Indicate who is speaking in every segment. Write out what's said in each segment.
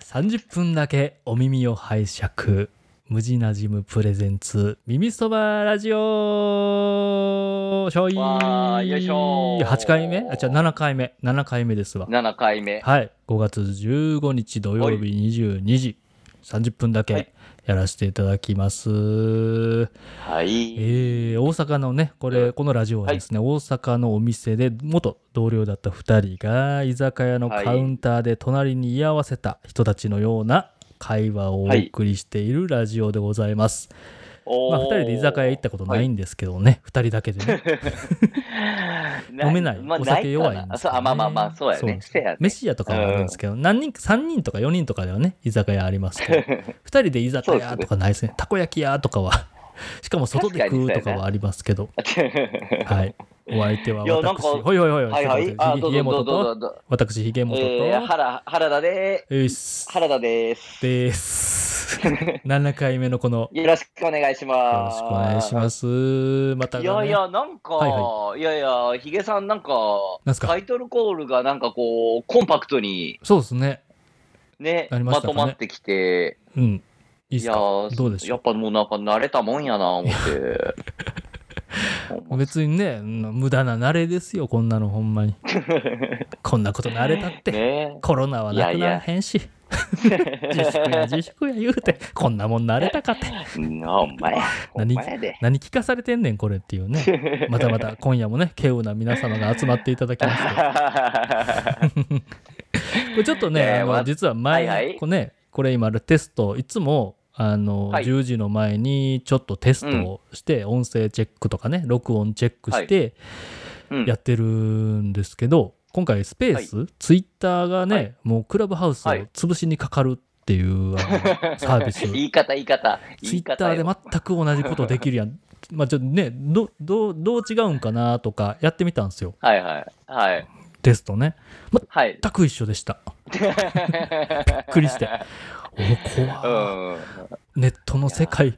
Speaker 1: 30分だけお耳を拝借無地なじむプレゼンツ耳そばラジオしょい
Speaker 2: わーよいしょー
Speaker 1: 8回目じゃあ7回目ですわ。
Speaker 2: 7回目
Speaker 1: はい5月15日土曜日22時30分だけやらせていただきます。
Speaker 2: はい、
Speaker 1: 大阪のねこのラジオはですね、大阪のお店で元同僚だった2人が居酒屋のカウンターで隣に居合わせた人たちのような会話をお送りしているラジオでございます。2人で居酒屋行ったことないんですけどね、2人だけでね飲めない、お酒弱いんですけどね。
Speaker 2: まあそうやね。
Speaker 1: 飯屋とかはあるんですけど、3人とか4人とかではね居酒屋ありますけど2人で居酒屋とかないですね。たこ焼き屋とかはしかも外で食うとかはありますけどはいお相手は私ほいひげもとと私ひげもとと
Speaker 2: 原田で
Speaker 1: ーす7回目のこの
Speaker 2: よろしくお願いします。
Speaker 1: よろしくお願いします。また、ね、
Speaker 2: いやなんか、いやひげさんなんかタイトルコールがなんかこうコンパクトに
Speaker 1: そうですね
Speaker 2: まとまってきて、
Speaker 1: いいっすか。どうでしょう。
Speaker 2: やっぱもうなんか慣れたもんやな思って
Speaker 1: 別にね無駄な慣れですよこんなのほんまにこんなこと慣れたって、ね、コロナはなくならへんし自粛や言うてこんなもん慣れたかって
Speaker 2: ほんまや
Speaker 1: 何聞かされてんねんこれっていうねまた今夜もね稀有な皆様が集まっていただきましてこれちょっとね実は前、これ今テストいつも10時の前にちょっとテストをして、音声チェックとかね録音チェックしてやってるんですけど、今回スペース、ツイッターがね、もうクラブハウスを潰しにかかるっていうサービス
Speaker 2: 言い方ツイ
Speaker 1: ッターで全く同じことできるやんまあちょっとねどう違うんかなとかやってみたんですよ。テストね全く一緒でした、びっくりして怖ネットの世界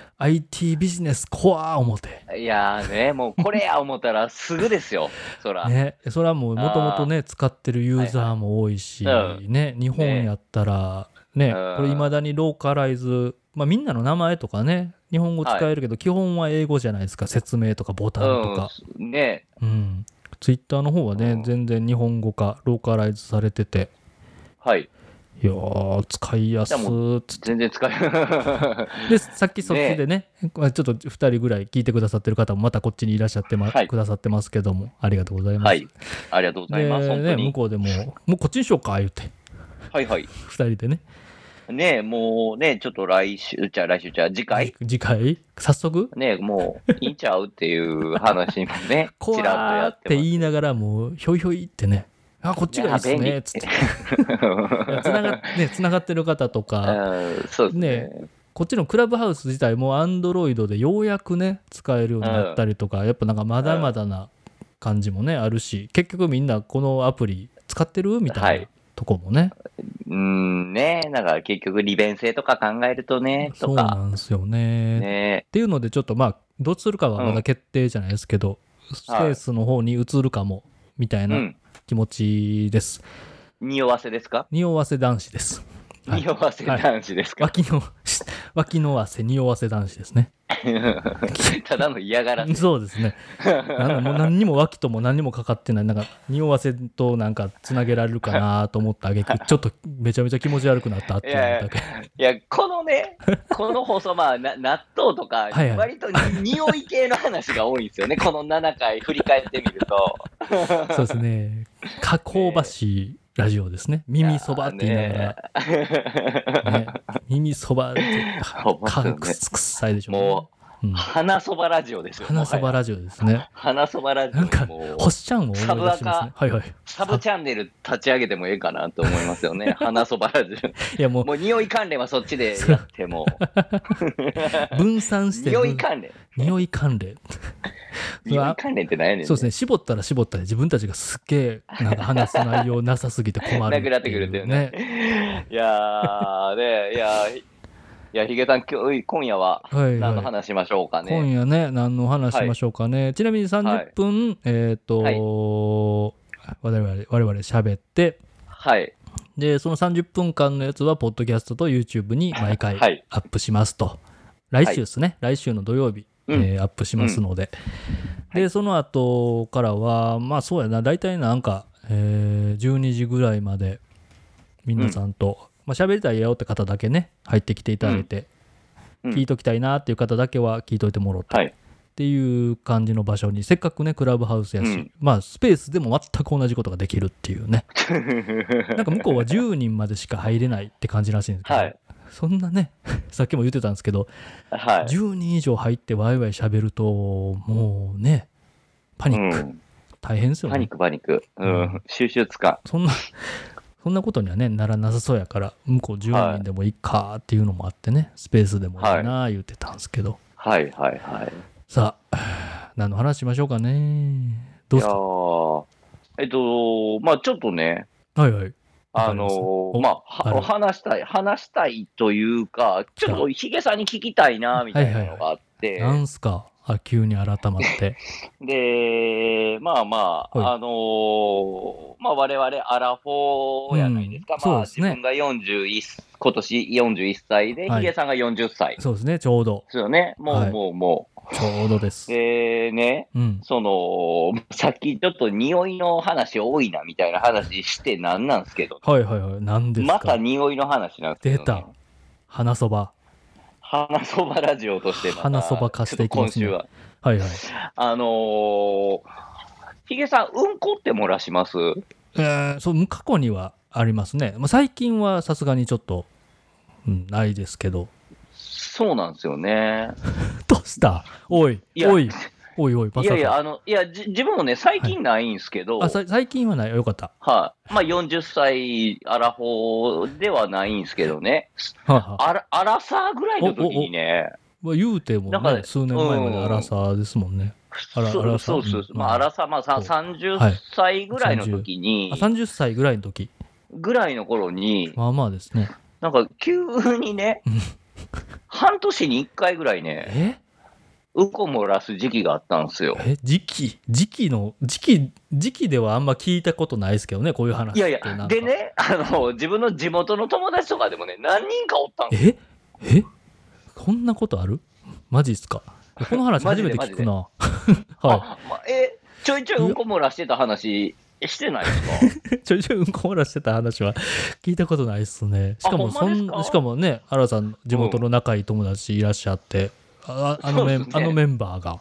Speaker 1: IT ビジネス怖思て
Speaker 2: いやねもうこれや思ったらすぐですよそら
Speaker 1: もうもともとね使ってるユーザーも多いし、ね日本やったらねこれいまだにローカライズみんなの名前とかね日本語使えるけど、基本は英語じゃないですか。説明とかボタンとかツイッターの方はね、全然日本語化ローカライズされてていや使いやす
Speaker 2: 全然使い
Speaker 1: でさっきそっちでねちょっと2人ぐらい聞いてくださってる方もまたこっちにいらっしゃってくださってますけども、ありがとうございます。
Speaker 2: ありがとうございます。
Speaker 1: で向こうでもうこっちにしようか言って2人でね
Speaker 2: もうねちょっと次回
Speaker 1: 早速
Speaker 2: もういいんちゃうっていう話もね
Speaker 1: ちらっとやって言いながらもうひょいひょいってねこっちがいいっすねっつってつながってる方とかこっちのクラブハウス自体も Android でようやくね使えるようになったりとか、やっぱなんかまだまだな感じもねあるし、結局みんなこのアプリ使ってるみたいなとこもね
Speaker 2: なんか結局利便性とか考えるとね
Speaker 1: そうなんですよねっていうのでちょっとどうするかはまだ決定じゃないですけど、スペースの方に移るかもみたいな気持ちです。
Speaker 2: 匂わせですか？
Speaker 1: 匂わせ男子です。
Speaker 2: 匂わせ男子ですか？
Speaker 1: 脇の汗匂わせ男子ですね
Speaker 2: ただの嫌がらせ。
Speaker 1: そうですねもう何にも脇とも何にもかかってない、なんか匂わせとなんかつなげられるかなと思ったあげくちょっとめちゃめちゃ気持ち悪くなったっていうだけ。
Speaker 2: いやこの放送納豆とか割と匂い系の話が多いんですよねこの7回振り返ってみると
Speaker 1: そうですね香ばしいラジオですね。耳そばって言いながら、耳そばってくっさいでしょうね。
Speaker 2: もう花そばラジオですよ。
Speaker 1: 花そばラジオですね。
Speaker 2: 花そばラジオ。
Speaker 1: なんか星ちゃんを思い出しますね。
Speaker 2: サブチャンネル立ち上げてもいいかなと思いますよね。花そばラジオ。いやもう匂い関連はそっちでやっても
Speaker 1: 分散して
Speaker 2: 匂い関連って何やねん。
Speaker 1: そうですね。絞ったら絞ったで自分たちがすっげえなんか話す内容なさすぎて困る
Speaker 2: なくなってくるっていうね。いやひげさん今夜は何の話しましょうかね。
Speaker 1: 今夜ね何の話しましょうかね。ちなみに30分我々喋ってでその30分間のやつはポッドキャストと YouTube に毎回アップしますと、来週ですね、来週の土曜日、アップしますので、でその後からはまあそうやな、大体なんか、12時ぐらいまで皆さんと、喋りたいよって方だけね入ってきていただいて、聞いときたいなっていう方だけは聞いといてもろって、っていう感じの場所に、せっかくねクラブハウスやし、スペースでも全く同じことができるっていうねなんか向こうは10人までしか入れないって感じらしいんですけど、そんなねさっきも言ってたんですけど、10人以上入ってワイワイ喋るともうねパニック、大変ですよね。
Speaker 2: パニック、収集つか
Speaker 1: そんなことにはねならなさそうやから、向こう10人でもいいかっていうのもあってね、スペースでもいいな言ってたんですけど、さあ何の話しましょうかね。どうですか。
Speaker 2: ちょっとね、話したいというか、ちょっとヒゲさんに聞きたいなみたいなのがあって、
Speaker 1: なんすか、急に改まって
Speaker 2: で、我々アラフォーやないですか。自分が今年41歳で、ヒゲさんが40歳。
Speaker 1: そうですね、ちょうど。
Speaker 2: そうよね、もう。
Speaker 1: ちょうどです。
Speaker 2: でね、さっきちょっと匂いの話多いなみたいな話してなんですけど、
Speaker 1: なんですか。
Speaker 2: また匂いの話なんですけど、
Speaker 1: 出た。花そば
Speaker 2: ラジオとして
Speaker 1: 花そば貸していきますね。
Speaker 2: 今週は。ヒゲさん、うんこって漏らします？
Speaker 1: そう過去にはありますね。最近はさすがにちょっと、ないですけど。
Speaker 2: そうなんですよね。
Speaker 1: どうした？おい、まさか。
Speaker 2: いや、自分もね、最近ないんですけど。
Speaker 1: 最近はない。よかった。
Speaker 2: 40歳アラフォーではないんですけどね。アラサーぐらいの時にね。
Speaker 1: 言うてもね、数年前までアラサーですもんね。
Speaker 2: そう。アラサー、30歳ぐらいの時に。
Speaker 1: 30歳ぐらいの時。
Speaker 2: ぐらいの頃に。
Speaker 1: まあですね。
Speaker 2: なんか急にね、半年に1回ぐらいね、うんこ漏らす時期があったんですよ。
Speaker 1: 時期ではあんま聞いたことないですけどね、こういう話って。
Speaker 2: でね、自分の地元の友達とかでもね、何人かおったんですよ。
Speaker 1: こんなことある？マジっすか？この話初めて聞くな。
Speaker 2: ちょいちょいうんこ漏らしてた話してないですか？
Speaker 1: ちょいちょいうんこ漏らしてた話は聞いたことないっすね。しかもね、新さん地元の仲いい友達いらっしゃって、あのメンバーが。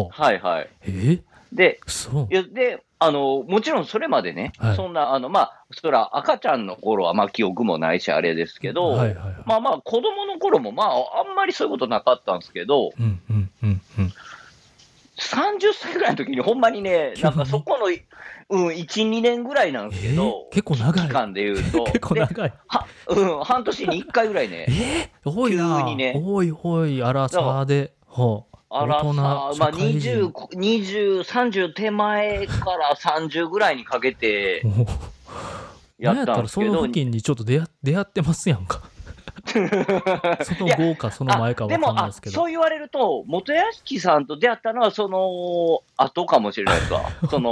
Speaker 2: で、もちろんそれまでね、そんな、そら赤ちゃんの頃は記憶もないしあれですけど、子供の頃もあんまりそういうことなかったんですけど、30歳ぐらいの時にほんまにね、なんかそこの、1、2年ぐらいなんですけど、
Speaker 1: 結構長い。
Speaker 2: 期間で言うと、
Speaker 1: 結構長い。
Speaker 2: 半年に1回ぐらいね、
Speaker 1: 多いな。多い、アラサーで。
Speaker 2: アラサー、20、30手前から30ぐらいにかけてやったんですけど、
Speaker 1: その付近にちょっと出会ってますやんか。その後かその前か分かんないですけど。
Speaker 2: そう言われると、元屋敷さんと出会ったのはその後かもしれないですわ。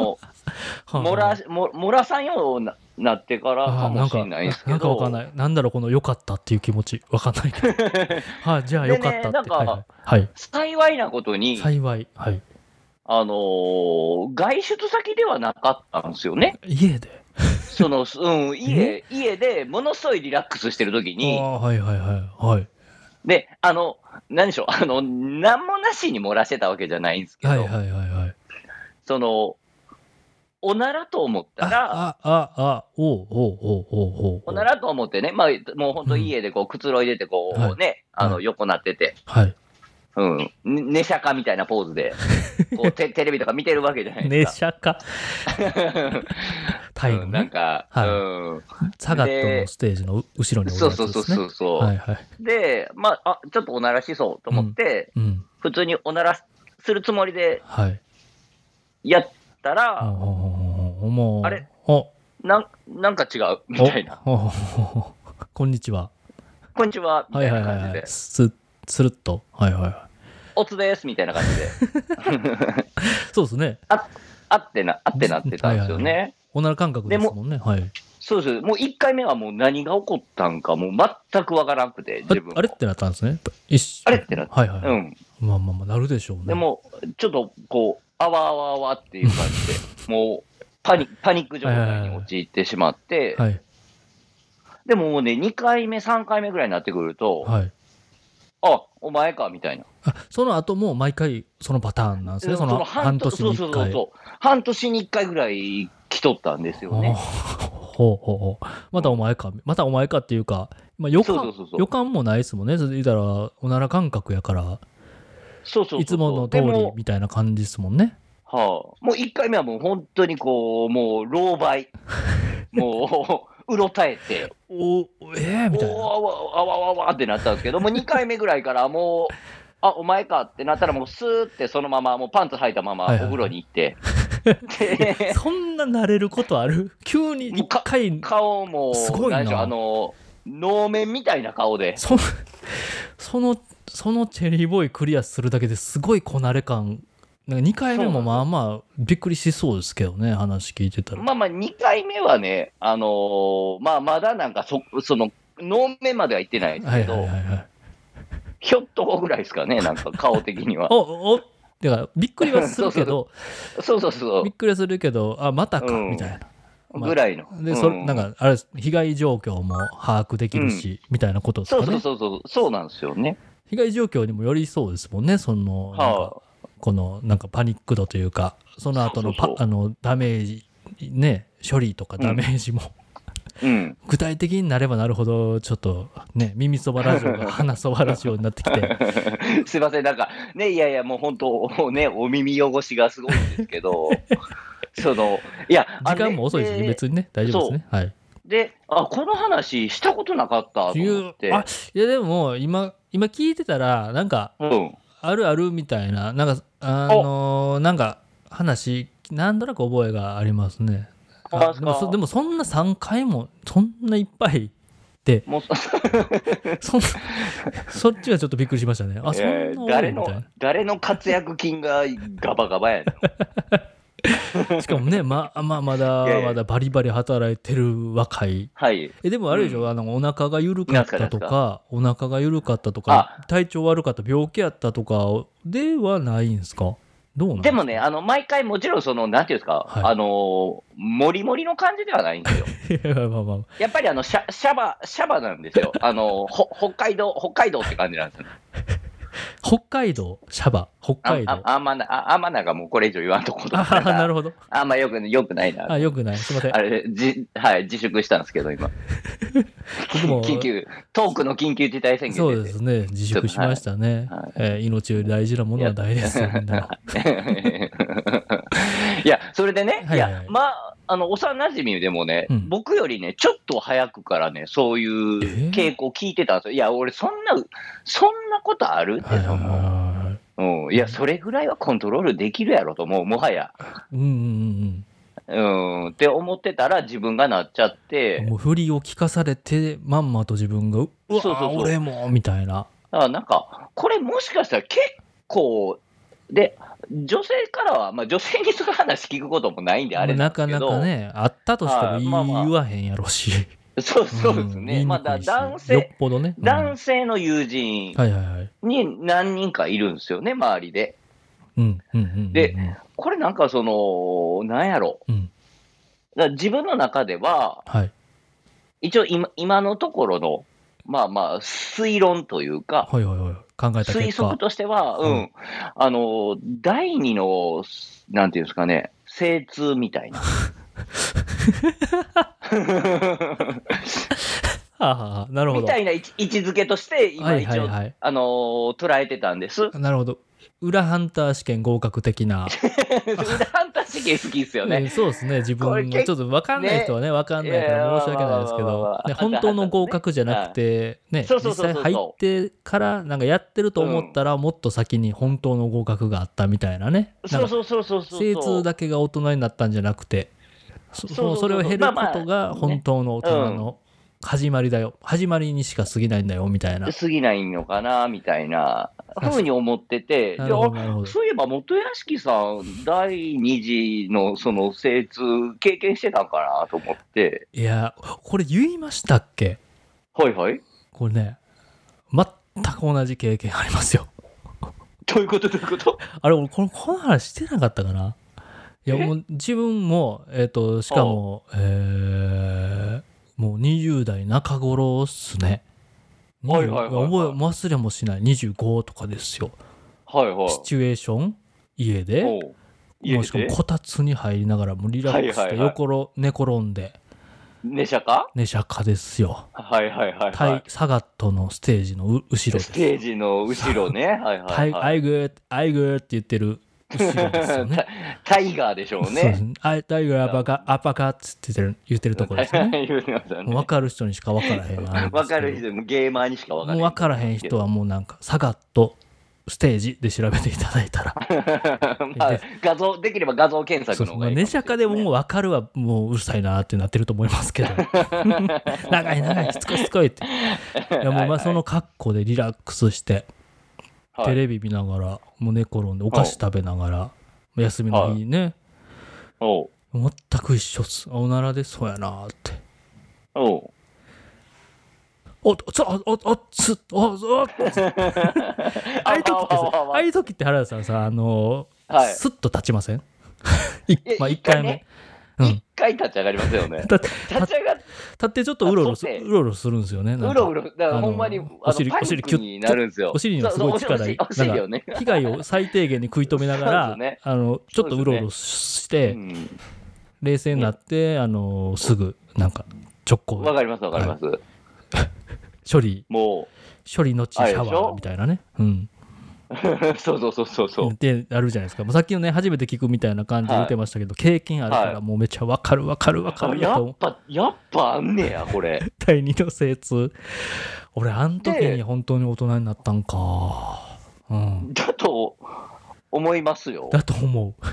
Speaker 2: 漏らさんようになってからかもしれないですけど。
Speaker 1: なんか分かんない。なんだろう、この良かったっていう気持ち。分かんないけど。じゃあ良かったって。
Speaker 2: 幸いなことに、外出先ではなかったんですよね。
Speaker 1: 家で
Speaker 2: 家でものすごいリラックスしてるときに、で、何でしょう、何もなしに漏らしてたわけじゃないんですけど、おならと思ったら、おならと思ってね、もう本当家でくつろいでて、横なってて、寝釈迦みたいなポーズで、テレビとか見てるわけじゃないですか。
Speaker 1: 寝釈迦タイのね。
Speaker 2: なんか、
Speaker 1: サガットのステージの後ろにおるやつですね。
Speaker 2: で、ちょっとおならしそうと思って、普通におならするつもりで、やったら、あれなんか違うみたいな。
Speaker 1: こんにちは。
Speaker 2: こんにちは、みたいな感じで。
Speaker 1: スルッと。
Speaker 2: おつです、みたいな感じで。
Speaker 1: そうですね。
Speaker 2: あってなってたんですよね。
Speaker 1: おなら感覚ですもんね。
Speaker 2: そうです。もう1回目はもう何が起こったんか、もう全くわからなくて、自分
Speaker 1: あれってなったんですね。
Speaker 2: あれってなった。
Speaker 1: はいはい。うん。まあまあまあ、なるでしょうね。
Speaker 2: でも、ちょっとこう、あわあわあわっていう感じで、もうパニック状態に陥ってしまって、はい、でももうね、2回目、3回目ぐらいになってくると、はい、あ、お前か、みたいな。
Speaker 1: その後も毎回そのパターンなんですね、その半年に1回。
Speaker 2: そう。半年に1回ぐらい来とったんですよね。
Speaker 1: ほうほうほう。またお前かっていうか、まあ、予感もないですもんね。言ったら、おなら感覚やから、いつもの通りみたいな感じですもんね。
Speaker 2: はあ、もう1回目はもう本当にこう、もう狼狽。もう、うろたえて。
Speaker 1: みたいな。
Speaker 2: あわってなったんですけど、もう2回目ぐらいからもう、あ、お前かってなったらもうスーってそのまま、もうパンツ履いたままお風呂に行って。
Speaker 1: そんな慣れることある？急に1回。
Speaker 2: 顔も、すごいな。能面みたいな顔で。
Speaker 1: そのチェリーボーイクリアするだけですごいこなれ感。なんか2回目もまあまあびっくりしそうですけどね、話聞いてたら。
Speaker 2: まあ2回目はね、まあまだなんかその能面までは行ってないですけど、ひょっとこぐらいですかね、なんか顔的には。
Speaker 1: だからびっくりはするけど、
Speaker 2: そう
Speaker 1: びっくりはするけど、あ、またか、みたいな。
Speaker 2: ぐらいの。
Speaker 1: で、なんか、あれ、被害状況も把握できるし、みたいなことですかね。
Speaker 2: そうなんですよね。
Speaker 1: 被害状況にもよりそうですもんね、その、なんかこの、なんかパニック度というか、その後のダメージ、ね、処理とかダメージも、具体的になればなるほど、ちょっとね、耳そばラジオが鼻そばラジオになってきて。
Speaker 2: すいません、なんか、ね、いや、もう本当、ね、お耳汚しがすごいんですけど、いや、
Speaker 1: 時間も遅いですね、別にね、大丈夫ですね。はい。
Speaker 2: で、この話したことなかったと思って。
Speaker 1: いや、でも、今聞いてたら、なんか、あるあるみたいな、なんか、なんか、話、なんとなく覚えがありますね。でもそんな3回もそんないっぱいってそっちはちょっとびっくりしましたね。そんな多いみたいな。
Speaker 2: 誰の活躍金がガバガバや
Speaker 1: ねん。しかもね、まだバリバリ働いてる若い。
Speaker 2: はい。
Speaker 1: でもあれでしょ、お腹が緩かったとか、体調悪かった、病気やったとかではないんですか？
Speaker 2: でもね、毎回もちろんなんていうんですか、もりもりの感じではないんですよ。やっぱりシャバなんですよ。北海道って感じなんですよね。
Speaker 1: 北海道シャバ北海道
Speaker 2: あんまなんかもうこれ以上言わんとこと
Speaker 1: なるほど。
Speaker 2: あんまよくないな。
Speaker 1: よくない。すいません。
Speaker 2: あれ、はい、自粛したんですけど、今。僕もトークの緊急事態宣言
Speaker 1: そうですね、自粛しましたね。命より大事なものは大ですよ、みんな。
Speaker 2: いや、それでね、幼馴染でもね、僕よりね、ちょっと早くからね、そういう傾向聞いてたんですよ。いや、俺、そんなことあるって思う。いや、それぐらいはコントロールできるやろと思う、もはや。って思ってたら自分がなっちゃって。
Speaker 1: もう振りを聞かされて、まんまと自分が、俺も、みたいな。
Speaker 2: なんか、これもしかしたら結構、で、女性からは、女性にその話聞くこともないんであれなんですけど、
Speaker 1: なかなかね、あったとしても言わへんやろし。
Speaker 2: そうですね。男性、
Speaker 1: よっぽどね。
Speaker 2: 男性の友人に何人かいるんですよね、周りで。で、これなんかなんやろ。自分の中では、一応今のところの、推論というか、推測としては、第二の、なんていうんですかね、精通みたいな。
Speaker 1: なるほど。
Speaker 2: みたいな位置づけとして、今一応、捉えてたんです。
Speaker 1: なるほど。裏ハンター試験合格的な。
Speaker 2: 裏ハンター試験好きですよね。
Speaker 1: そうですね。自分もちょっと分かんない人はね、分かんないから申し訳ないですけど、本当の合格じゃなくて、実際入ってからなんかやってると思ったら、もっと先に本当の合格があったみたいなね。精通だけが大人になったんじゃなくて、それを経ることが本当の大人の始まりだよ、始まりにしか過ぎないんだよみたいな、
Speaker 2: 過ぎないのかなみたいなふうに思ってて、そういえば元屋敷さん第2次のその精通経験してたんかなと思って。
Speaker 1: いやこれ言いましたっけ？
Speaker 2: はいはい。
Speaker 1: これね全く同じ経験ありますよ。
Speaker 2: どういうこと
Speaker 1: あれ俺この話してなかったかな。いやもう自分もしかももう20代中頃っすね。忘れもしない25とかですよ。
Speaker 2: はいはい。
Speaker 1: シチュエーション家でもうしかもこたつに入りながらもうリラックスして寝転んで。
Speaker 2: 寝釈迦
Speaker 1: ですよ。
Speaker 2: はいはいはいはい。
Speaker 1: サガットのステージの後ろです。
Speaker 2: ステージの後ろね。はいはいはい。
Speaker 1: アイグーって言ってる後ろですよね。
Speaker 2: タイガーでしょうね。そうですね。
Speaker 1: タイガーアパカって言ってるところですよね。分かる人にしか分からへん。
Speaker 2: 分かる人もゲーマーにしか分からへん。
Speaker 1: もう分からへん人はもうなんかサガットステージで調べていただいたら
Speaker 2: まあ、できれば画像検索の方がいい、
Speaker 1: ね。寝釈迦でもう分かるはもううるさいなってなってると思いますけど長いしつこいっていやもうその格好でリラックスして、はい、テレビ見ながらもう寝転んでお菓子食べながら休みの日ね、はい、全く一緒っす。おならでそうやなってああいう時って原田さんさはい、スッと立ちません？1回目
Speaker 2: 1回立ち上がりますよね。立
Speaker 1: ってちょっとうろうろするんですよね。
Speaker 2: だからほんまに
Speaker 1: お尻キュッになるんですよ。お尻にはすごい力なんか被害を最低限に食い止めながらちょっとうろうろして冷静になってすぐなんか直行。
Speaker 2: わかります。
Speaker 1: 処理のちシャワーみたいなね。
Speaker 2: そう
Speaker 1: であるじゃないですか。さっきのね初めて聞くみたいな感じで言ってましたけど、経験あるからもうめっちゃ分かる
Speaker 2: やっぱあんねやこれ
Speaker 1: 第2の精通。俺あん時に本当に大人になったんか。
Speaker 2: だと思いますよ。
Speaker 1: だと思う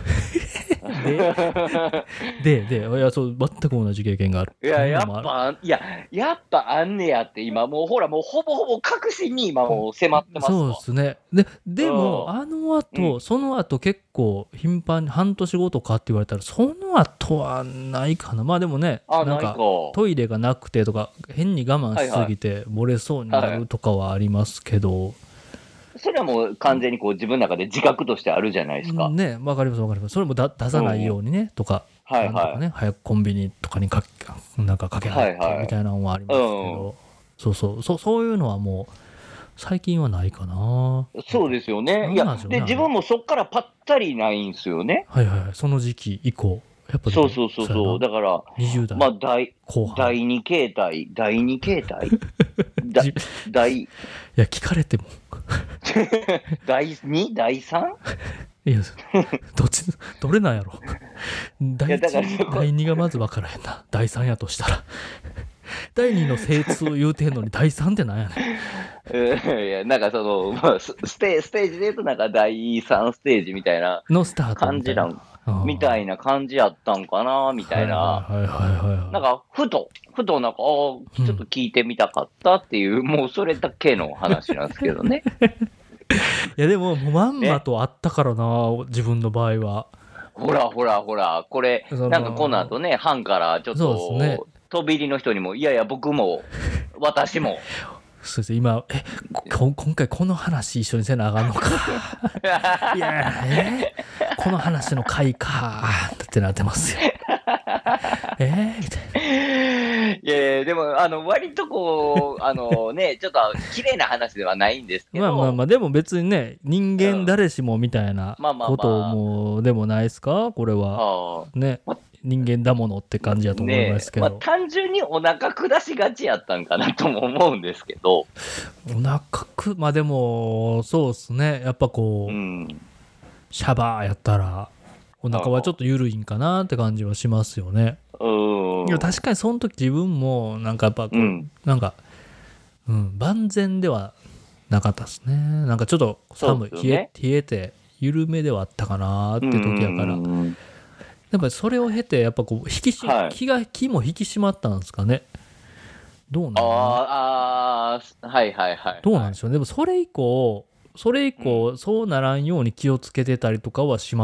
Speaker 1: でいやそう全く同じ経験がある。
Speaker 2: やっぱあんねやって今もうほぼ確信に今もう迫ってますわ。
Speaker 1: そうですね。でもその後結構頻繁に半年後とかって言われたらその後はないかな。まあでもねなんかトイレがなくてとか変に我慢しすぎて漏れそうになるとかはありますけど、
Speaker 2: それはもう完全にこう自分の中で自覚としてあるじゃないですか。
Speaker 1: ね、わかります。それも出さないようにねとか、なんとかね、早くコンビニとかになんかかけないとみたいなのはありますけど、そういうのはもう最近はないかな。
Speaker 2: そうですよね。いやで自分もそっからぱったりないんですよね。
Speaker 1: その時期以降。やっぱ
Speaker 2: そうだから
Speaker 1: 20代、
Speaker 2: まあ第2形態い
Speaker 1: や聞かれても
Speaker 2: 第 2? 第 3?
Speaker 1: いやどれなんやろ。第1第2がまず分からへんな。第3やとしたら第2の精通言うてんのに第3ってなんやね
Speaker 2: ん。いやなんかその、まあ、ステージで言うとなんか第3ステージみたいな感じなんみたいな感じやったんかなみたいな。なんかふとなんかちょっと聞いてみたかったっていう、もうそれだけの話なんですけどね。
Speaker 1: いやでもまんまとあったからな、自分の場合は。
Speaker 2: ほらこれなんかこの後ね班からちょっと飛び入りの人にもいや僕も私も。
Speaker 1: そうです今今回この話一緒にせなあかんのかいやこの話の回かってなってますよみたいな。
Speaker 2: いやでも割とこうねちょっと綺麗な話ではないんですけど
Speaker 1: まあでも別にね人間誰しもみたいなこともでもないですかこれはね。人間だものって感じやと思いますけど、
Speaker 2: 単純にお腹下しがちやったんかなとも思うんですけど、
Speaker 1: お腹まあでもそうですねやっぱこう、シャバーやったらお腹はちょっと緩いんかなって感じはしますよね。いや確かにその時自分もなんかやっぱこう、なんか、万全ではなかったですね。なんかちょっと寒い、冷えて緩めではあったかなって時やから。やっぱりそれを経てやっぱこう気も引き締まったんですかね。 どうなん
Speaker 2: はいはいはい。
Speaker 1: どうなんでしょうね。でもそれ以降、そうならんように気をつけてたりとかはします？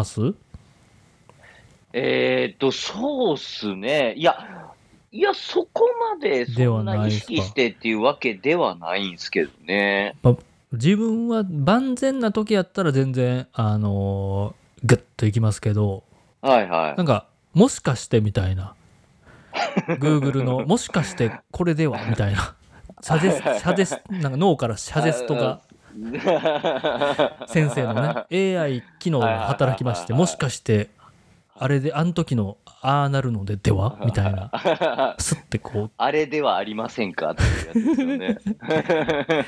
Speaker 2: そうっすね。いや、そこまでそんな意識してっていうわけではないんですけどね。
Speaker 1: 自分は万全な時やったら全然、グッといきますけど、
Speaker 2: はいはい。
Speaker 1: なんか、もしかしてみたいな。Google の、もしかしてこれではみたいな。なんか脳からシャゼストが、先生のね、AI 機能が働きまして、もしかして、あれで、あの時の、ああなるのではみたいな。すってこう。
Speaker 2: あれではありませんかっていうやつですよね。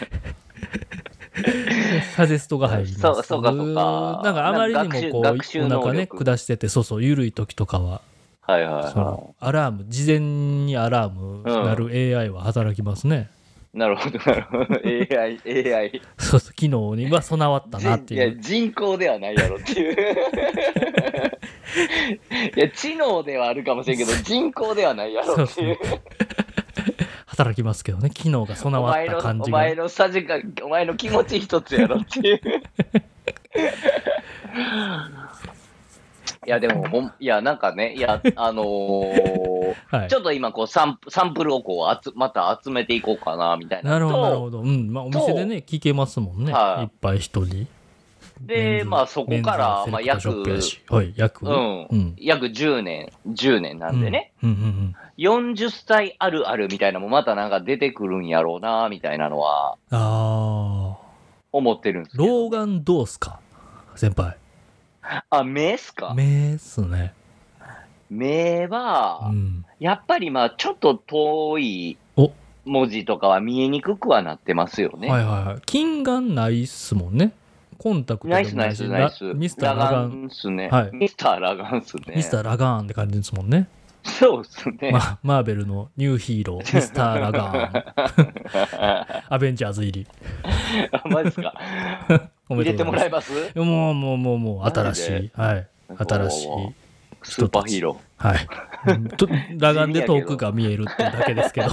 Speaker 1: サジェストが入ります。
Speaker 2: そうか。
Speaker 1: なんかあまりにもこう、お腹ね、下してて、そう、緩い時とかは、
Speaker 2: はいはいはい。
Speaker 1: そのアラーム、事前にアラームなる AI は働きますね。
Speaker 2: なるほど。AI。
Speaker 1: そう、機能には備わったなっていう。
Speaker 2: いや、人工ではないやろっていう。いや、知能ではあるかもしれんけど、人工ではないやろっていう。
Speaker 1: 働きますけどね、機能が備わった感じが。
Speaker 2: お前の気持ち一つやろっていう。いや、でも、なんかね、はい、ちょっと今、こう、サンプルをこう、また集めていこうかな、みたいな。
Speaker 1: なるほど。うん。まあ、お店でね、聞けますもんね。いっぱい人に。
Speaker 2: で、まあ、そこから、まあ、約10年なんでね。40歳あるあるみたいなのもまたなんか出てくるんやろうな、みたいなのは、思ってるんですけど。
Speaker 1: 老眼どうすか先輩。
Speaker 2: 目っすか？
Speaker 1: 目っすね。
Speaker 2: 目は、やっぱりまあちょっと遠い文字とかは見えにくくはなってますよね。
Speaker 1: はいはい。近眼ないっすもんね。コンタクトでもないし、
Speaker 2: ナイス。
Speaker 1: ミスターラガン
Speaker 2: っすね。はい。ミスターラガンっすね。
Speaker 1: ミスターラガーンって感じですもんね。
Speaker 2: そうっすね。
Speaker 1: マーベルのニューヒーロー、ミスターラガーン。アベンジャーズ入り。
Speaker 2: マジっすか。入れてもらえます？
Speaker 1: もう、新しい。はい。新しい。
Speaker 2: スーパーヒーロ
Speaker 1: ー。はい。裸眼で遠くが見えるってだけですけど。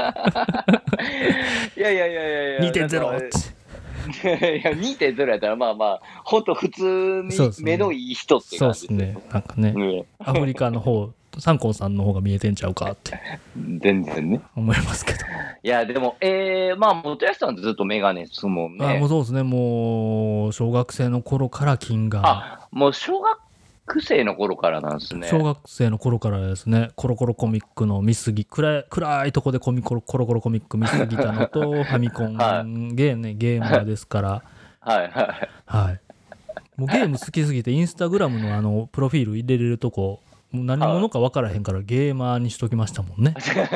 Speaker 2: いや。
Speaker 1: 2.0 って。
Speaker 2: いや、2.0 やったら、まあ、ほんと普通に目のいい人って感じですね。
Speaker 1: なんかね、アフリカの方、サンコンさんの方が見えてんちゃうかって。
Speaker 2: 全然ね。
Speaker 1: 思いますけど。
Speaker 2: いや、でも、まあ、元安さんってずっとメガネですもんね。
Speaker 1: もうそうですね、もう、小学生の頃から近眼。
Speaker 2: もう小学生の頃からなんですね。
Speaker 1: 小学生の頃からですね、コロコロコミックの見すぎ、暗いとこでコロコロコミック見すぎたのと、ファミコンゲーマーですから。はい。もうゲーム好きすぎて、インスタグラムのプロフィール入れれるとこ、もう何者か分からへんからゲーマーにしときましたもんね。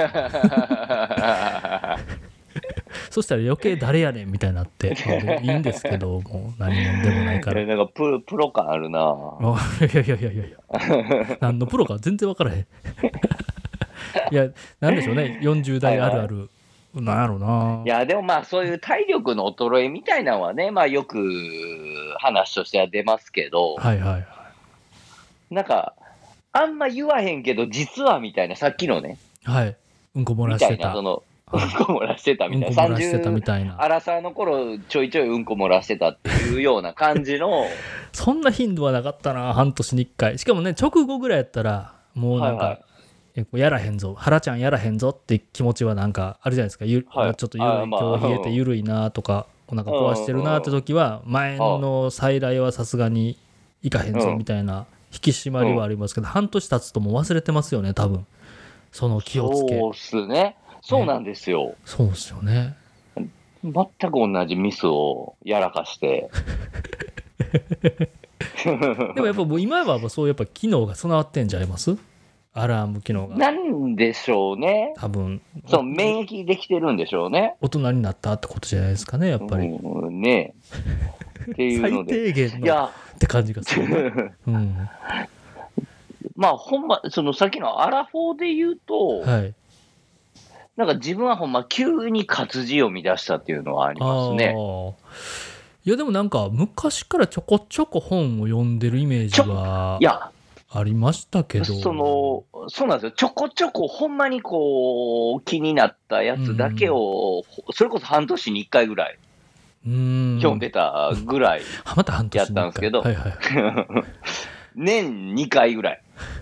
Speaker 1: そしたら余計誰やねんみたいになっていいんですけど、もう何者でもないから。
Speaker 2: なんかプロ感あるな。
Speaker 1: いや何のプロか全然分からへん。いや、なんでしょうね、40代あるある。なんやろうな。
Speaker 2: いや、でもまあそういう体力の衰えみたいなのはね、まあよく話としては出ますけど、なんか、あんま言わへんけど、実はみたいな、さっきのね。
Speaker 1: はい。うんこ漏らしてた。
Speaker 2: うんこ漏らしてたみたいな。30アラサーの頃、ちょいちょいうんこ漏らしてたっていうような感じの。
Speaker 1: そんな頻度はなかったな、半年に1回。しかもね、直後ぐらいやったら、もうなんか、やらへんぞ、原ちゃんやらへんぞって気持ちはなんかあるじゃないですか。ちょっと今日冷えて緩いなとか、お腹壊してるなって時は、前の再来はさすがにいかへんぞみたいな引き締まりはありますけど、半年経つともう忘れてますよね、多分。その気をつけ。
Speaker 2: そうっすね。そうなんですよ。
Speaker 1: そうですよね。
Speaker 2: 全く同じミスをやらかして。
Speaker 1: でもやっぱもう今はそうやっぱ機能が備わってんじゃいます？アラーム機能が。
Speaker 2: なんでしょうね。
Speaker 1: 多分。
Speaker 2: そう、免疫できてるんでしょうね。
Speaker 1: 大人になったってことじゃないですかね、やっぱり。
Speaker 2: ねえ。っていうので。
Speaker 1: 最低限のって感じがする。
Speaker 2: まあ、ほんま、さっきのアラフォーで言うと、なんか自分はほんま急に活字を乱したっていうのはありますね。
Speaker 1: いやでもなんか昔からちょこちょこ本を読んでるイメージは。
Speaker 2: いや、
Speaker 1: ありましたけど。
Speaker 2: そうなんですよ。ちょこちょこほんまにこう、気になったやつだけを、それこそ半年に1回ぐらい読んでたぐらい
Speaker 1: また半年
Speaker 2: やったんですけど、
Speaker 1: はいはい、
Speaker 2: 年2回ぐらい。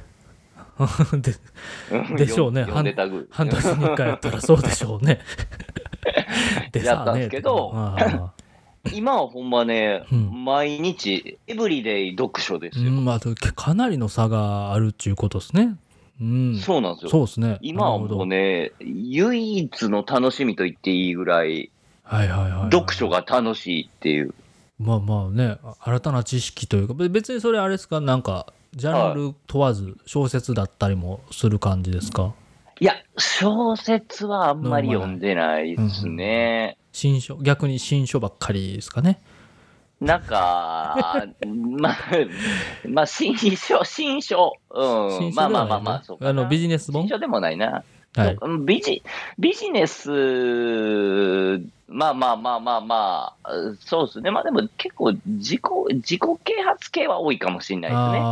Speaker 1: でしょうね。半年に1回やったらそうでしょうね。
Speaker 2: やったんですけど、今はほんまね、毎日、エブリデイ読書ですよ。
Speaker 1: かなりの差があるっていうことですね。
Speaker 2: そうなんですよ。
Speaker 1: そうですね。
Speaker 2: 今はもうね、唯一の楽しみと言っていいぐらい、読書が楽しいっていう。
Speaker 1: まあまあね、新たな知識というか、別にそれあれですか、なんか、ジャンル問わず小説だったりもする感じですか？
Speaker 2: いや、小説はあんまり読んでないですね。
Speaker 1: 逆に新書ばっかりですかね。
Speaker 2: なんか、まあ、新書、まあまあまあまあ、そうかな。
Speaker 1: ビジネス本？
Speaker 2: 新書でもないな。
Speaker 1: はい、
Speaker 2: ビジネス、まあまあまあまあまあ、そうですね。まあでも結構自己啓発系は多いかもしれないですね。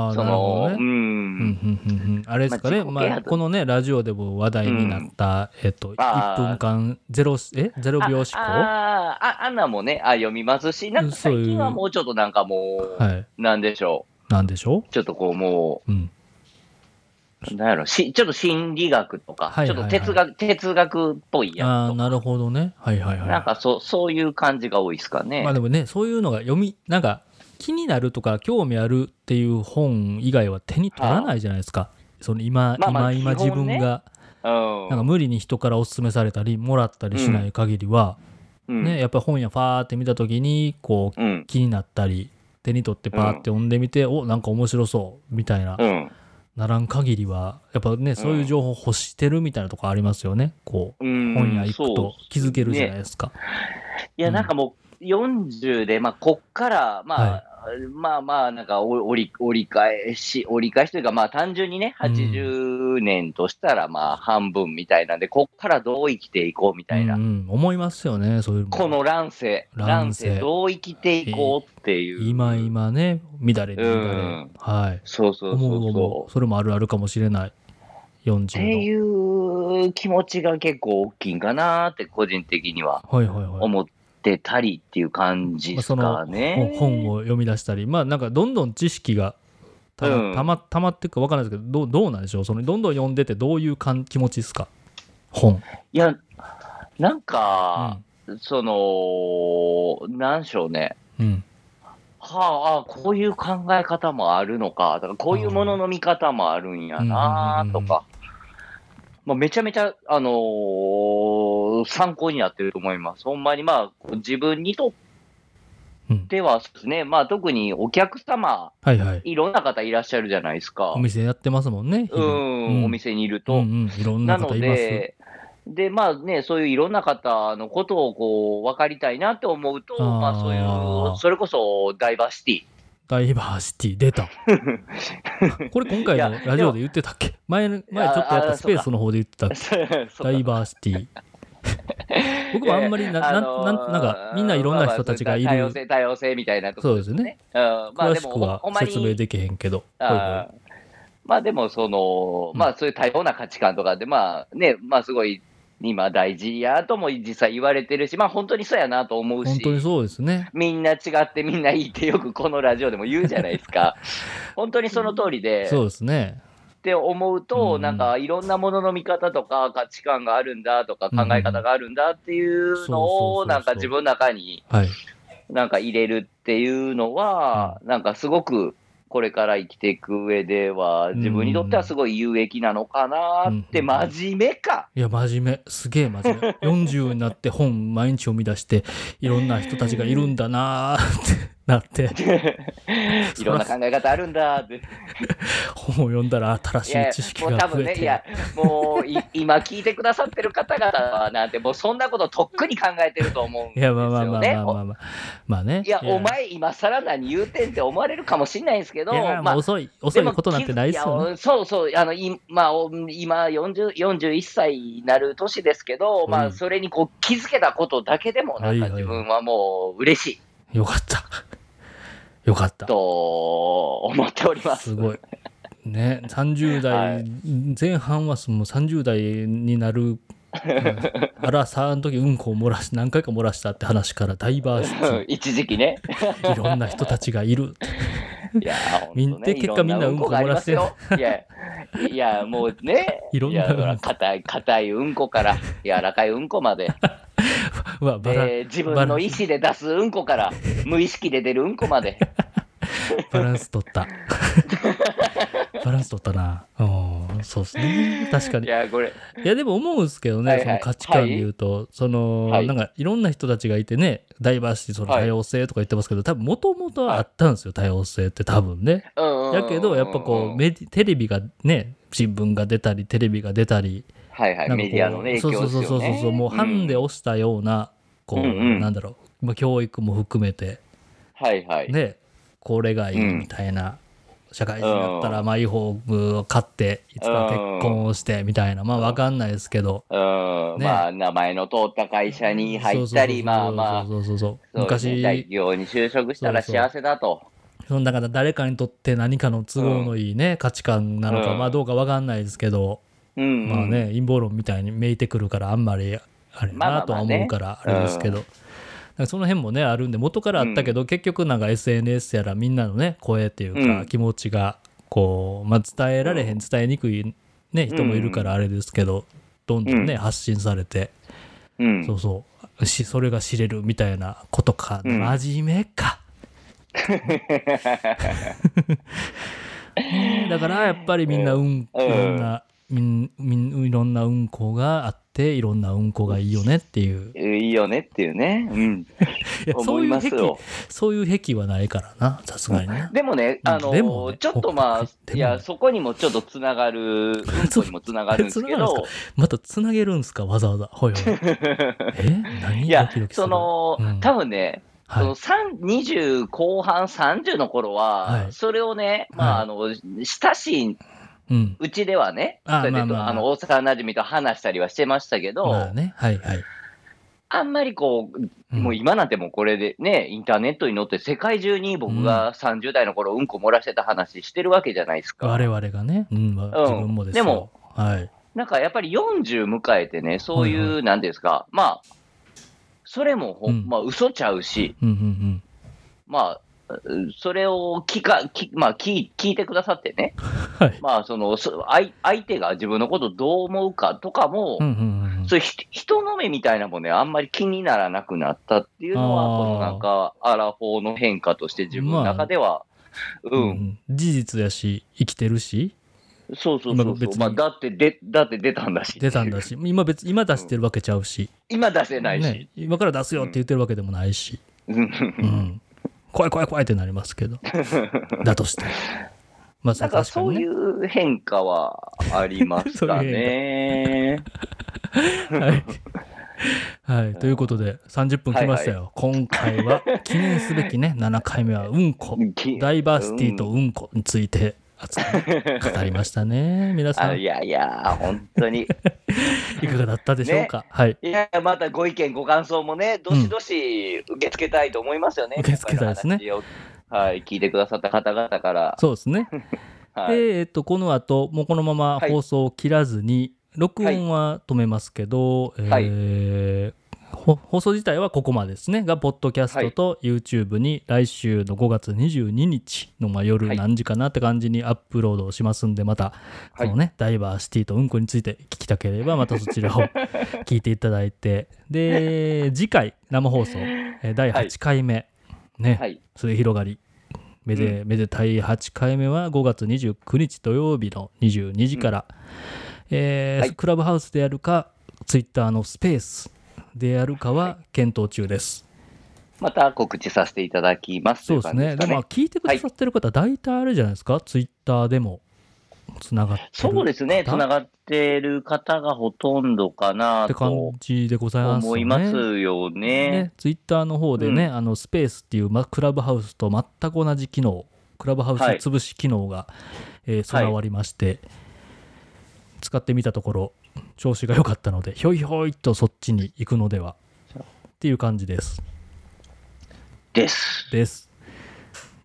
Speaker 1: あれですかね、このね、ラジオでも話題になった、1分間0秒思考？
Speaker 2: あんなもね、読みますし、なんか最近はもうちょっとなんかもう、なんでしょう。ちょっとこうもう、なんやろ、ちょっと心理学とか、ちょっと哲学っぽいやつとか。
Speaker 1: なるほどね。
Speaker 2: なんかそういう感じが多いですかね。
Speaker 1: まあでもね、そういうのがなんか気になるとか興味あるっていう本以外は手に取らないじゃないですか。その今自分が、なんか無理に人からお勧めされたりもらったりしない限りは、ね、やっぱり本屋ファーって見た時にこう、気になったり手に取ってパーって読んでみて、なんか面白そうみたいな。ならん限りはやっぱね、そういう情報欲してるみたいなとこありますよね。こう本屋行くと気づけるじゃないですか。
Speaker 2: いや、なんかもう40で、こっからなんか折り返しというか、単純にね、80年としたら半分みたいなんで、こっからどう生きていこうみたいな。
Speaker 1: 思いますよね、そういうの。
Speaker 2: この乱世どう生きていこうっていう。
Speaker 1: 今ね、乱れ。はい。
Speaker 2: そう。
Speaker 1: それもあるかもしれない。40の。
Speaker 2: っていう気持ちが結構大きいんかなって、個人的には思ってたりっていう感じですかね。
Speaker 1: 本を読み出したり、なんかどんどん知識がたまっていくか分からないですけど、どうなんでしょう。どんどん読んでてどういう気持ちですか？本。
Speaker 2: いや、なんか、なんでしょうね。こういう考え方もあるのか、だからこういうものの見方もあるんやなとか、めちゃめちゃ、参考になってると思います。ほんまに自分にとってはですね、特にお客様、いろんな方いらっしゃるじゃないですか。
Speaker 1: お店やってますもんね。
Speaker 2: お店にいると。
Speaker 1: いろんな方います。
Speaker 2: で、そういういろんな方のことをこう分かりたいなと思うと、そういう、それこそダイバーシテ
Speaker 1: ィ出た。これ今回のラジオで言ってたっけ？前ちょっとやったスペースの方で言ってたっけ？ダイバーシティ。僕もあんまりなんかみんないろんな人たちがいる。
Speaker 2: 多様性みたいなところですね。
Speaker 1: そうですね。詳しくは説明できへんけど。
Speaker 2: でもそういう多様な価値観とかで、すごい今大事やとも実際言われてるし、本当にそうやなと思うし、
Speaker 1: 本当にそうですね。
Speaker 2: みんな違ってみんないいってよくこのラジオでも言うじゃないですか。本当にその通りで。
Speaker 1: そうですね。
Speaker 2: って思うと、なんかいろんなものの見方とか価値観があるんだとか考え方があるんだっていうのをなんか自分の中になんか入れるっていうのは、なんかすごくこれから生きていく上では自分にとってはすごい有益なのかなって。真面目か。
Speaker 1: いや真面目、すげえ真面目。40になって本毎日読み出していろんな人たちがいるんだなってなって
Speaker 2: いろんな考え方あるんだって
Speaker 1: 本を読んだら新しい知識が増えて、
Speaker 2: もう多分ね、もう今聞いてくださってる方々はなんてもうそんなこととっくに考えてると思うんですよね。
Speaker 1: まあね。
Speaker 2: いやお前今更何言うてんって思われるかもしれないんですけど、
Speaker 1: 遅いことなんてないですよね。
Speaker 2: そう今41歳になる年ですけど、それにこう気づけたことだけでもなんか自分はもう嬉しい。
Speaker 1: よかった。
Speaker 2: と思っております。
Speaker 1: すごい。 ね、30代前半はもう30代になるあらさの時何回か漏らしたって話からダイバーシティ
Speaker 2: 一時期ね
Speaker 1: いろんな人たちがいる
Speaker 2: いや本当ね、
Speaker 1: 結果みんなうんこ漏らしてる。
Speaker 2: いやもうね、
Speaker 1: いろんな
Speaker 2: 硬いうんこから柔らかいうんこまで自分の意思で出すうんこから無意識で出るうんこまで
Speaker 1: バランス取ったな。そうですね、確かに。いやでも思うんですけどね、その価値観で言うと、なんかいろんな人たちがいてね、ダイバーシティ、その多様性とか言ってますけど、多分もともとはあったんですよ、多様性って多分ね。やけどやっぱこうテレビがね、新聞が出たりテレビが出たり、
Speaker 2: メディアの影響ですよね。
Speaker 1: そうもうハンデをしたようななんだろう、教育も含めてね、これがいいみたいな。社会人だったらマイホームを買っていつか結婚をしてみたいな、まあ分かんないですけど、
Speaker 2: まあ名前の通った会社に入ったり、昔大企業に就職したら幸せだと。
Speaker 1: だから誰かにとって何かの都合のいいね、価値観なのか、まあどうか分かんないですけど、まあね、陰謀論みたいにめいてくるからあんまりあれなとは思うからあれですけど。その辺もねあるんで、元からあったけど、結局なんか SNS やらみんなのね声っていうか気持ちがこう、まあ、伝えられへん、伝えにくい、ね、人もいるからあれですけど、どんどんね発信されて、それが知れるみたいなことか、真面目かだからやっぱりみんないろんなうんこがあっていろんなうんこがいいよねっていう
Speaker 2: ね、
Speaker 1: そういう癖はないからな、さすがにね。
Speaker 2: でもね、ちょっとまあいやそこにもちょっとつながる、うんこにもつながるんですけど
Speaker 1: またつなげるんですか、わざわざ。何？
Speaker 2: いや多分ね、20後半30の頃は、それをね、まあ親しいうちではね、大阪なじみと話したりはしてましたけど、あんまりこう、もう今なんてもうこれでね、インターネットに載って世界中に僕が30代の頃うんこ漏らしてた話してるわけじゃないですか。
Speaker 1: 我々がね、自分もですよ。
Speaker 2: でも、なんかやっぱり40迎えてね、そういう、なんですか、まあ、それもまあ嘘ちゃうし、まあ、それを聞いてくださってね、まあ相手が自分のことどう思うかとかも、そういう人の目みたいなもんね、あんまり気にならなくなったっていうのは、このなんかアラフォーの変化として自分の中では、
Speaker 1: 事実やし生きてるし、
Speaker 2: まあだって出たんだし、
Speaker 1: 今出してるわけちゃうし、
Speaker 2: 今出せないし、
Speaker 1: 今から出すよって言ってるわけでもないし、怖いってなりますけどだとして、まあ、
Speaker 2: なんかそういう変化はありますかね。
Speaker 1: ということで30分来ましたよ。今回は記念すべきね7回目はうんこ、ダイバーシティとうんこについて熱く語りましたね、皆さん。
Speaker 2: いや本当に
Speaker 1: いかがだったでしょうか。
Speaker 2: いやまたご意見ご感想もね、どしどし受け付けたいと思いますよね。
Speaker 1: 受け付けたいですね。
Speaker 2: 聞いてくださった方々から。
Speaker 1: そうですね。でこの後もうこのまま放送を切らずに、録音は止めますけど、放送自体はここまでですねがポッドキャストと YouTube に来週の5月22日の夜何時かなって感じにアップロードをしますんで、またこのねダイバーシティとうんこについて聞きたければまたそちらを聞いていただいて、で次回生放送第8回目ね、末広がりめでたい8回目は5月29日土曜日の22時から、クラブハウスでやるかツイッターのスペースでやるかは検討中です。
Speaker 2: また告知させていただきます。
Speaker 1: そうですね。でも聞いてくださってる方、大体あれじゃないですか、ツイッターでもつながってる。
Speaker 2: そうですね、つながってる方がほとんどかなとって
Speaker 1: 感じでございますね。
Speaker 2: 思いますよね。
Speaker 1: ツイッターの方でね、スペースっていう、クラブハウスと全く同じ機能、クラブハウス潰し機能が、備わりまして、使ってみたところ調子が良かったのでひょいひょいとそっちに行くのではっていう感じです。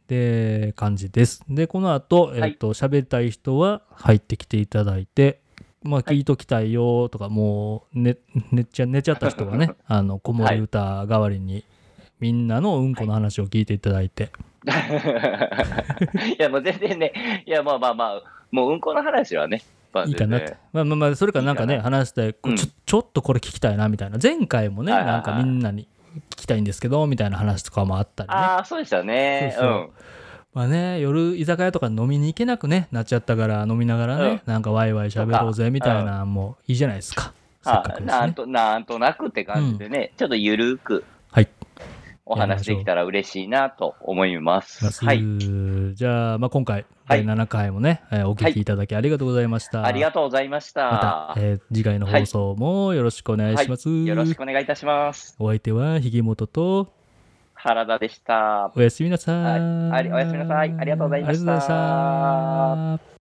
Speaker 1: で、感じです。で、この後、喋りたい人は入ってきていただいて、まあ、聞いときたいよとか、もう寝ちゃった人はね、子守歌代わりに、みんなのうんこの話を聞いていただいて。
Speaker 2: いや、もう全然ね、いや、まあ、もううんこの話はね、
Speaker 1: いいかなって。まあ、それからなんかね、話して、ちょっとこれ聞きたいな、みたいな。前回もね、なんかみんなに聞きたいんですけど、みたいな話とかもあったりね。
Speaker 2: ああ、そうでしたね。
Speaker 1: そう。まあね、夜居酒屋とか飲みに行けなくね、なっちゃったから、飲みながらね、なんかワイワイ喋ろうぜ、みたいな、もういいじゃないですか。せっかくですね。
Speaker 2: なんとなくって感じでね、ちょっとゆるく。はい。お話できたら嬉しいなと思います。はい。
Speaker 1: じゃあ、まあ、今回、第7回もね、お聞きいただきありがとうございました。
Speaker 2: ありがとうございました。
Speaker 1: また、次回の放送もよろしくお願いします。
Speaker 2: よろしくお願いいたします。
Speaker 1: お相手は、ひげもとと、
Speaker 2: 原田でした。
Speaker 1: おやすみなさい。
Speaker 2: おやすみなさい。ありがとうございました。
Speaker 1: ありがとうございました。